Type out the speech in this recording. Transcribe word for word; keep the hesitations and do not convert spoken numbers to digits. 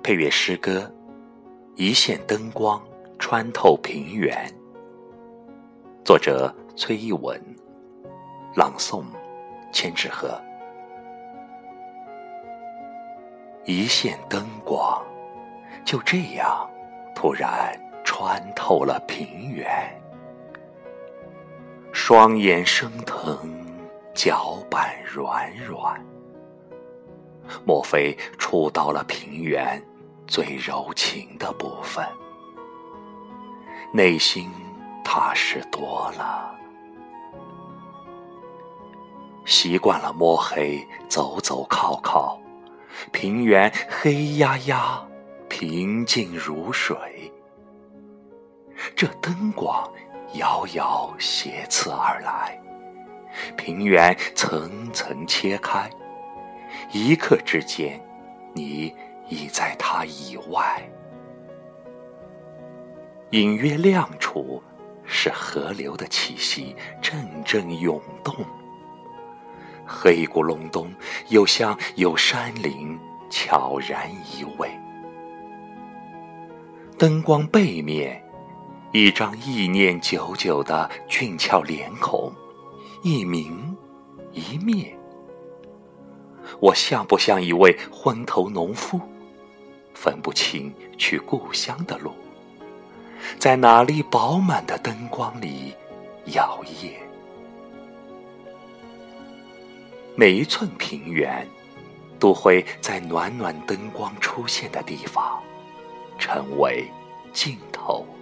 配乐诗歌《一线灯光穿透平原》，作者崔一文，朗诵千纸鹤。一线灯光就这样突然穿透了平原，双眼升腾，脚板软软，莫非触到了平原最柔情的部分？内心踏实多了。习惯了摸黑走走靠靠，平原黑压压，平静如水。这灯光遥遥斜刺而来，平原层层切开，一刻之间，你已在它以外。隐约亮处是河流的气息阵阵涌动，黑咕隆咚，又像有山林悄然移位。灯光背面，一张意念久久的俊俏脸孔，一明一灭。我像不像一位昏头农夫，分不清去故乡的路，在哪粒饱满的灯光里摇曳。每一寸平原都会在暖暖灯光出现的地方成为尽头。